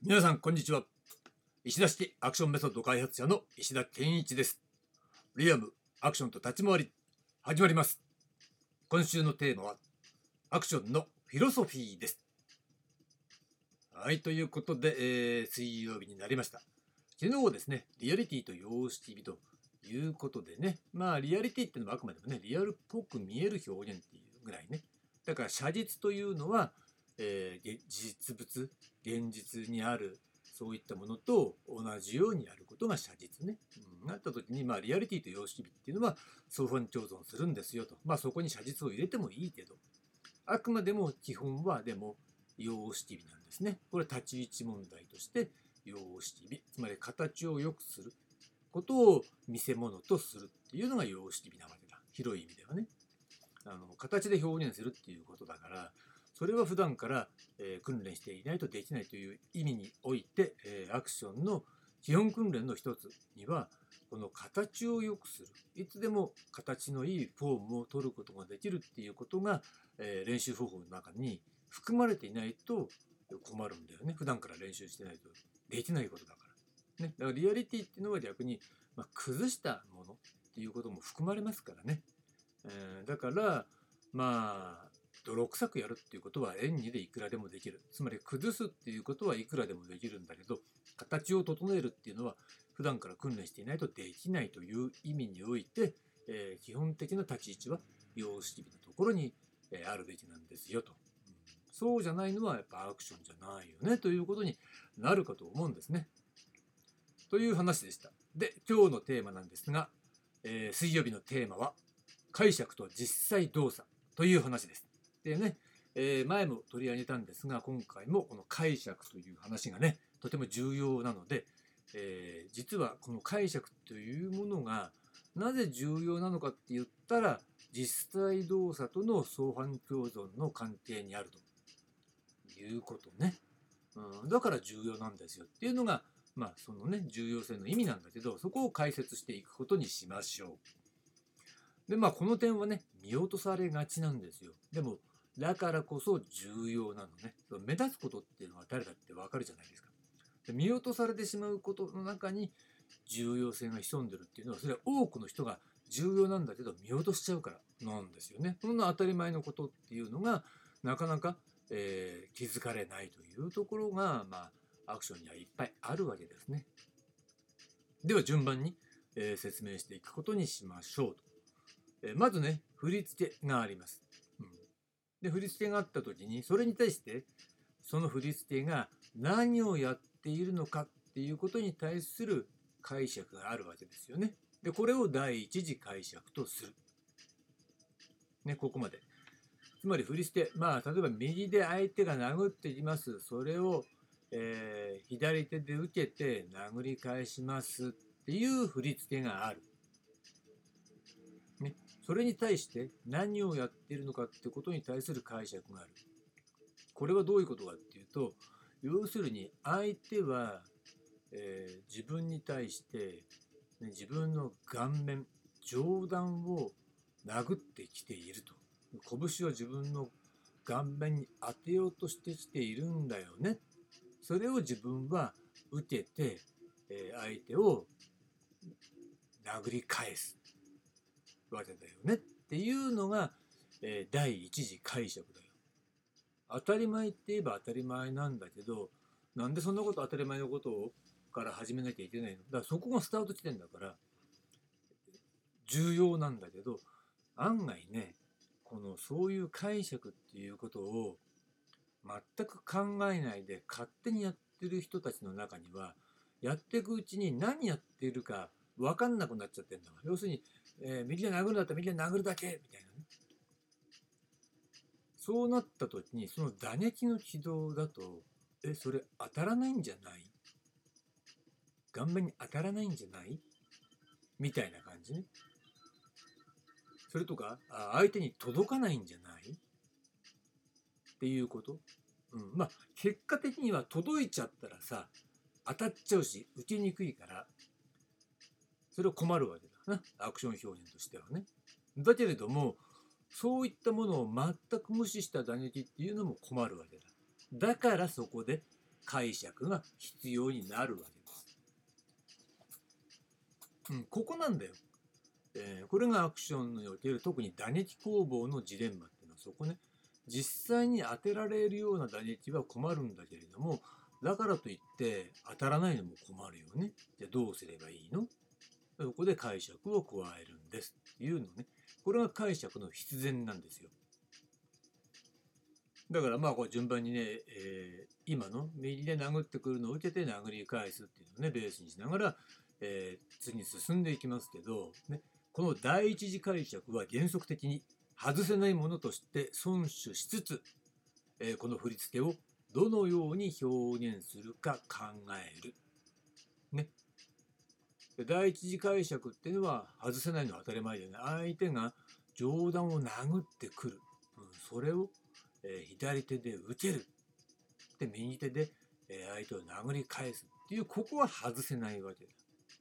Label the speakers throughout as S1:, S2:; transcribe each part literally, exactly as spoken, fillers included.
S1: 皆さんこんにちは。石田式アクションメソッド開発者の石田健一です。リアムアクションと立ち回り始まります。今週のテーマはアクションのフィロソフィーです。はい、ということで、えー、水曜日になりました。昨日ですね、リアリティと様式美ということでね、まあリアリティっていうのはあくまでもね、リアルっぽく見える表現っていうぐらいね。だから写実というのは、えー、実物、現実にあるそういったものと同じようにやることが写実ね。うん、なった時に、まあ、リアリティと様式美っていうのは相反共存するんですよと。まあ、そこに写実を入れてもいいけど、あくまでも基本はでも様式美なんですね。これ立ち位置問題として様式美、つまり形を良くすることを見せ物とするっていうのが様式美なわけだ。広い意味ではね。あの形で表現するっていうことだから、それは普段から、えー、訓練していないとできないという意味において、えー、アクションの基本訓練の一つにはこの形を良くする、いつでも形のいいフォームを取ることができるっていうことが、えー、練習方法の中に含まれていないと困るんだよね。普段から練習してないとできないことだから、ね、だからリアリティっていうのは逆に、まあ、崩したものっていうことも含まれますからね。えー、だからまあ泥臭くやるっていうことは演技でいくらでもできる。つまり崩すっていうことはいくらでもできるんだけど、形を整えるっていうのは普段から訓練していないとできないという意味において、えー、基本的な立ち位置は様式美のところに、えー、あるべきなんですよと、うん。そうじゃないのはやっぱアクションじゃないよねということになるかと思うんですね。という話でした。で、今日のテーマなんですが、えー、水曜日のテーマは解釈と実際動作という話です。でね、えー、前も取り上げたんですが、今回もこの解釈という話がね、とても重要なので、えー、実はこの解釈というものがなぜ重要なのかって言ったら、実際動作との相反共存の関係にあるということね。うん、だから重要なんですよっていうのが、まあそのね、重要性の意味なんだけど、そこを解説していくことにしましょう。で、まあ、この点はね、見落とされがちなんですよ。でも、だからこそ重要なのね。目立つことっていうのは誰だってわかるじゃないですか。で、見落とされてしまうことの中に重要性が潜んでるっていうのは、それは多くの人が重要なんだけど見落としちゃうからなんですよね。そんな当たり前のことっていうのが、なかなか、えー気づかれないというところが、まあ、アクションにはいっぱいあるわけですね。では、順番に、えー説明していくことにしましょうと。えまずね、振り付けがあります。うん、で、振り付けがあった時に、それに対して、その振り付けが何をやっているのかっていうことに対する解釈があるわけですよね。で、これを第一次解釈とする。ね、ここまで。つまり振り付け、まあ、例えば右で相手が殴っています。それを、えー、左手で受けて殴り返しますっていう振り付けがある。ね、それに対して何をやっているのかってことに対する解釈がある。これはどういうことかっていうと、要するに相手は、えー自分に対して、ね、自分の顔面、上段を殴ってきていると。拳を自分の顔面に当てようとしてきているんだよね。それを自分は受けて、えー相手を殴り返すわけだよねっていうのが、えー第一次解釈だよ。当たり前って言えば当たり前なんだけど、なんでそんなこと当たり前のことをから始めなきゃいけないの。だからそこがスタート地点だから重要なんだけど、案外ね、このそういう解釈っていうことを全く考えないで勝手にやってる人たちの中には、やっていくうちに何やってるか分かんなくなっちゃってるんだ。要するに、えー、右で殴るんだったら右で殴るだけみたいなね。そうなった時に、その打撃の軌道だと、え、それ当たらないんじゃない、顔面に当たらないんじゃないみたいな感じね。それとか、あ、相手に届かないんじゃないっていうこと。うん。まあ、結果的には届いちゃったらさ、当たっちゃうし、受けにくいから、それは困るわけだな。アクション表現としてはね。だけれども、そういったものを全く無視した打撃っていうのも困るわけだ。だからそこで解釈が必要になるわけです。うん、ここなんだよ。えー、これがアクションにおける特に打撃攻防のジレンマっていうのはそこね。実際に当てられるような打撃は困るんだけれども、だからといって当たらないのも困るよね。じゃあどうすればいいの？そこで解釈を加えるんですっていうのね。これが解釈の必然なんですよ。だからまあこう順番にね、えー、今の右で殴ってくるのを受けて殴り返すっていうのをねベースにしながら、えー、次に進んでいきますけど、ね、この第一次解釈は原則的に外せないものとして遵守しつつ、えー、この振り付けをどのように表現するか考える。ね。第一次解釈っていうのは外せないのは当たり前だよね。相手が上段を殴ってくる。うん、それを、えー、左手で受ける。で、右手で、えー、相手を殴り返すっていう、ここは外せないわけだ。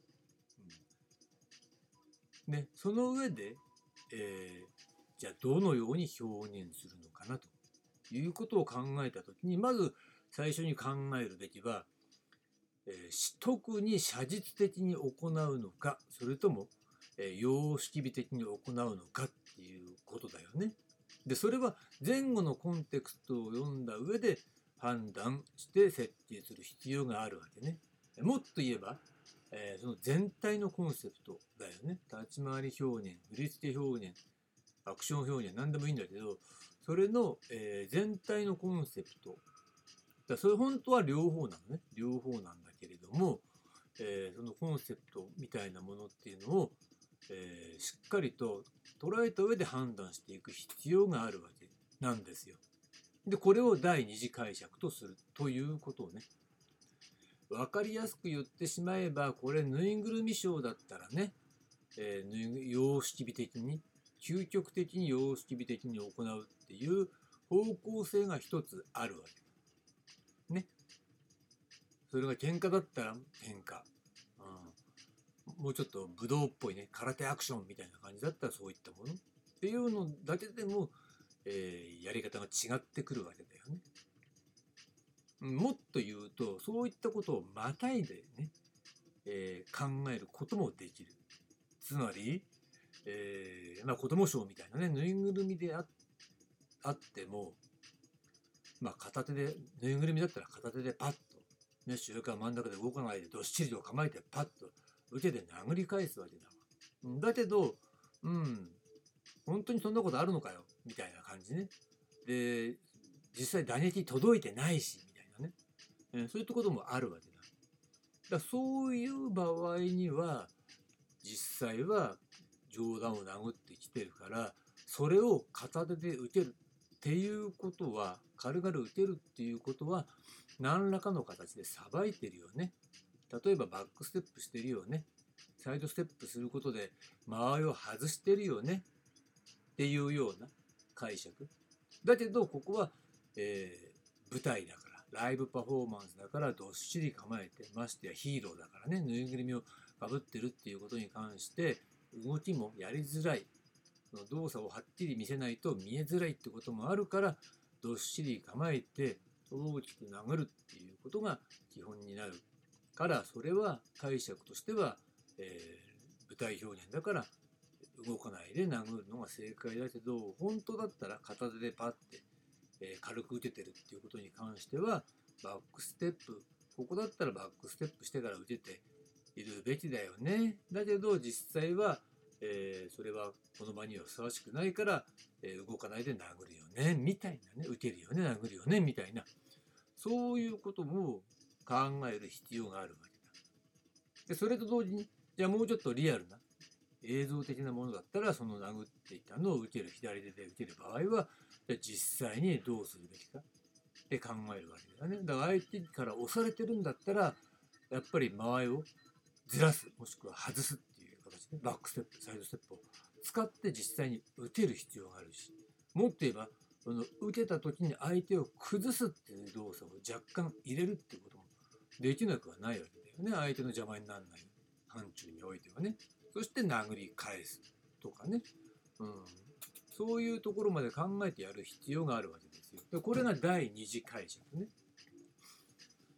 S1: うん、ね、その上で、えー、じゃあどのように表現するのかなということを考えたときに、まず最初に考えるべきは、えー、特に写実的に行うのか、それとも、えー、様式美的に行うのかっていうことだよね。で、それは前後のコンテクストを読んだ上で判断して設定する必要があるわけね。もっと言えば、えー、その全体のコンセプトだよね。立ち回り表現、振り付け表現、アクション表現、何でもいいんだけど、それの、えー、全体のコンセプト。だそれ本当は両方なのね。両方なんだけれども、えー、そのコンセプトみたいなものっていうのを、えー、しっかりと捉えた上で判断していく必要があるわけなんですよ。で、これを第二次解釈とするということをね、分かりやすく言ってしまえば、これぬいぐるみショーだったらね、えー、様式美的に、究極的に様式美的に行うっていう方向性が一つあるわけ。ね。それが喧嘩だったら喧嘩。うん、もうちょっと武道っぽいね、空手アクションみたいな感じだったらそういったものっていうのだけでも、えー、やり方が違ってくるわけだよね。もっと言うと、そういったことをまたいでね、えー、考えることもできる。つまり、えー、まあ子供ショーみたいなね、ぬいぐるみで あ, あっても、まあ片手で、ぬいぐるみだったら片手でパッと、ね、後ろから真ん中で動かないでどっしりと構えてパッと受けて殴り返すわけだわ。だけど、うん、本当にそんなことあるのかよ、みたいな感じね。で、実際打撃届いてないし、みたいなね。えー、そういったこともあるわけだ。だからそういう場合には、実際は上段を殴ってきてるから、それを片手で受けるっていうことは、軽々受けるっていうことは、何らかの形でさばいてるよね。例えばバックステップしてるよね。サイドステップすることで間合いを外してるよね。っていうような解釈。だけど、ここは、えー、舞台だから、ライブパフォーマンスだから、どっしり構えて、ましてやヒーローだからね、ぬいぐるみをかぶってるっていうことに関して、動きもやりづらい。その動作をはっきり見せないと見えづらいってこともあるから、どっしり構えて、大きく殴るっていうことが基本になるから、それは解釈としては、えー、舞台表現だから動かないで殴るのが正解だけど、本当だったら片手でパッて、えー、軽く打ててるっていうことに関しては、バックステップ、ここだったらバックステップしてから打てているべきだよね。だけど実際は、えー、それはこの場にはふさわしくないから、えー、動かないで殴るよね、みたいなね、打てるよね、殴るよね、みたいな、そういうことも考える必要があるわけだ。で、それと同時に、じゃあもうちょっとリアルな映像的なものだったら、その殴っていたのを受ける、左手で受ける場合は、じゃあ実際にどうするべきかって考えるわけだね。だから相手から押されてるんだったら、やっぱり間合いをずらす、もしくは外すっていう形で、バックステップ、サイドステップを使って実際に打てる必要があるし、もっと言えば、その受けた時に相手を崩すっていう動作を若干入れるっていうこともできなくはないわけだよね。相手の邪魔にならない範疇においてはね。そして殴り返すとかね。うん、そういうところまで考えてやる必要があるわけですよ。でこれが第二次解釈ね。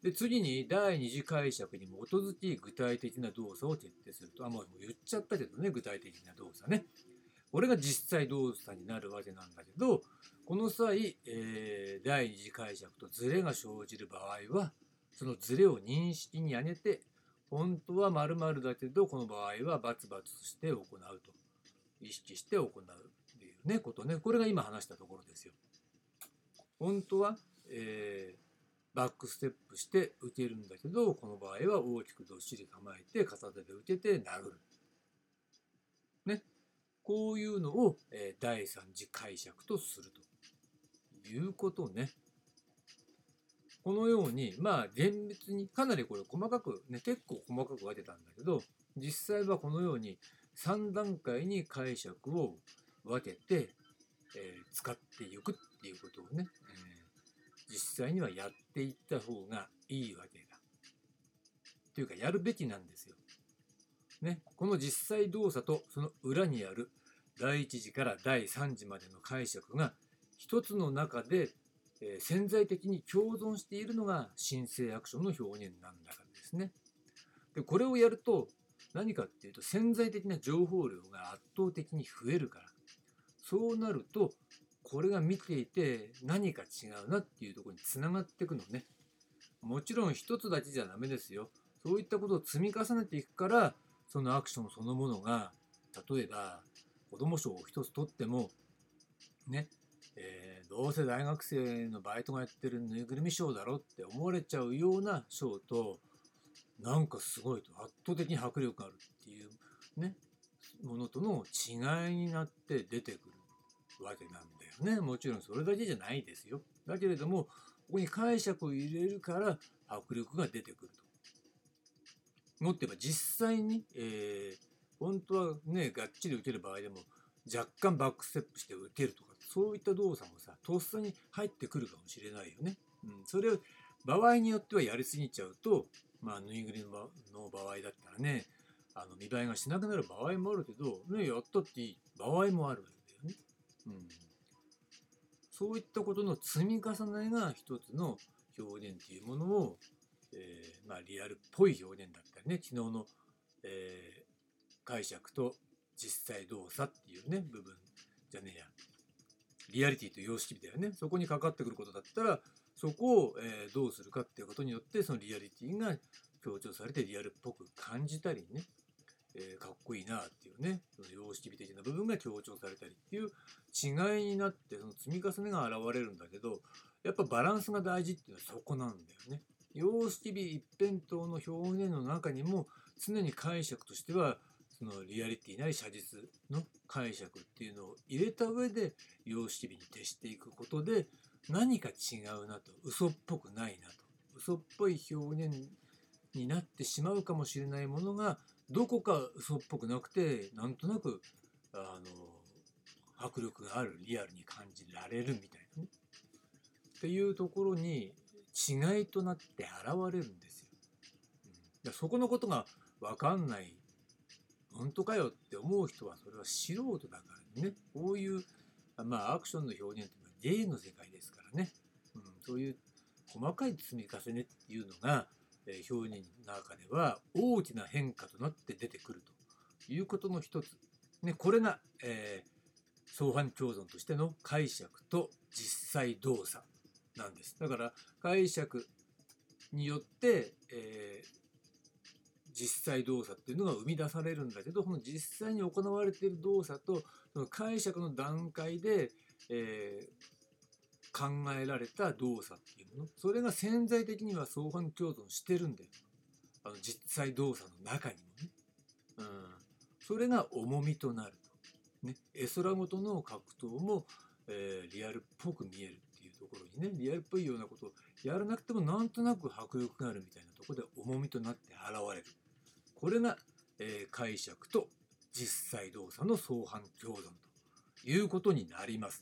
S1: で、次に第二次解釈に基づき具体的な動作を徹底すると。あ、もう言っちゃったけどね、具体的な動作ね。これが実際動作になるわけなんだけど、この際、えー、第二次解釈とズレが生じる場合は、そのズレを認識に上げて、本当は〇〇だけど、この場合は××して行うと。意識して行うっていうね、ことね。これが今話したところですよ。本当は、えーバックステップして打てるんだけど、この場合は大きくどっしり構えて片手で打てて殴る。ね。こういうのを、えー、第三次解釈とするということね。このように、まあ厳密にかなりこれ細かくね、結構細かく分けたんだけど、実際はこのようにさん段階に解釈を分けて、えー、使っていくっていうことをね、えー実際にはやっていった方がいいわけだ。というかやるべきなんですよ。ね、この実際動作とその裏にある第一次から第三次までの解釈が一つの中で、えー、潜在的に共存しているのが申請アクションの表現なんだからですね。で、これをやると何かっていうと潜在的な情報量が圧倒的に増えるから。そうなるとこれが見ていて何か違うなっていうところにつながっていくのね。もちろん一つだけじゃダメですよ。そういったことを積み重ねていくからそのアクションそのものが、例えば子ども賞を一つ取ってもね、えー、どうせ大学生のバイトがやってるぬいぐるみショーだろって思われちゃうようなショーと、なんかすごいと圧倒的に迫力があるっていうねものとの違いになって出てくるわけなんだよね。もちろんそれだけじゃないですよ。だけれどもここに解釈を入れるから迫力が出てくると。もっと言えば実際に、えー、本当はねがっちり打てる場合でも若干バックステップして打てるとかそういった動作もさとっさに入ってくるかもしれないよね。うん、それを場合によってはやりすぎちゃうと、まあぬいぐるみの場合だったらね、あの見栄えがしなくなる場合もあるけど、ね、やったっていい場合もあるんだよね。うん、そういったことの積み重ねが一つの表現っていうものを、えーまあ、リアルっぽい表現だったりね、昨日の、えー解釈と実際動作っていうね部分じゃねえやリアリティと様式美だよね。そこにかかってくることだったらそこを、えーどうするかっていうことによってそのリアリティが強調されてリアルっぽく感じたりね、えーかっこいいなっていうねその様式美的な部分が強調されたりっていう違いになってその積み重ねが現れるんだけど、やっぱバランスが大事っていうのはそこなんだよね。様式美一辺倒の表現の中にも常に解釈としてはそのリアリティなり写実の解釈っていうのを入れた上で様式美に徹していくことで何か違うなと、嘘っぽくないなと、嘘っぽい表現になってしまうかもしれないものがどこか嘘っぽくなくてなんとなくあの迫力があるリアルに感じられるみたいなねっていうところに違いとなって現れるんですよ。うん、そこのことが分かんない本当かよって思う人はそれは素人だからね。こういうまあアクションの表現っていうのは芸の世界ですからね、うん、そういう細かい積み重ねっていうのが、えー、表現の中では大きな変化となって出てくるということの一つ、ね、これが、えー、相反共存としての解釈と実際動作なんです。だから解釈によって、えー実際動作っていうのが生み出されるんだけど、この実際に行われている動作とその解釈の段階で、えー、考えられた動作っていうもの、それが潜在的には相反共存してるんだよ。あの実際動作の中にもね。うん、それが重みとなると。ね、絵空事の格闘も、えー、リアルっぽく見えるっていうところにね、リアルっぽいようなことをやらなくてもなんとなく迫力があるみたいなところで重みとなって現れる。これが、えー、解釈と実際動作の相反共存ということになります。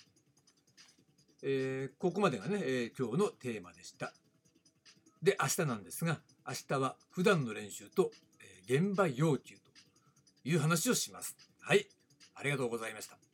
S1: えー、ここまでがね、えー、今日のテーマでした。で、明日なんですが、明日は普段の練習と、えー、現場要求という話をします。はい、ありがとうございました。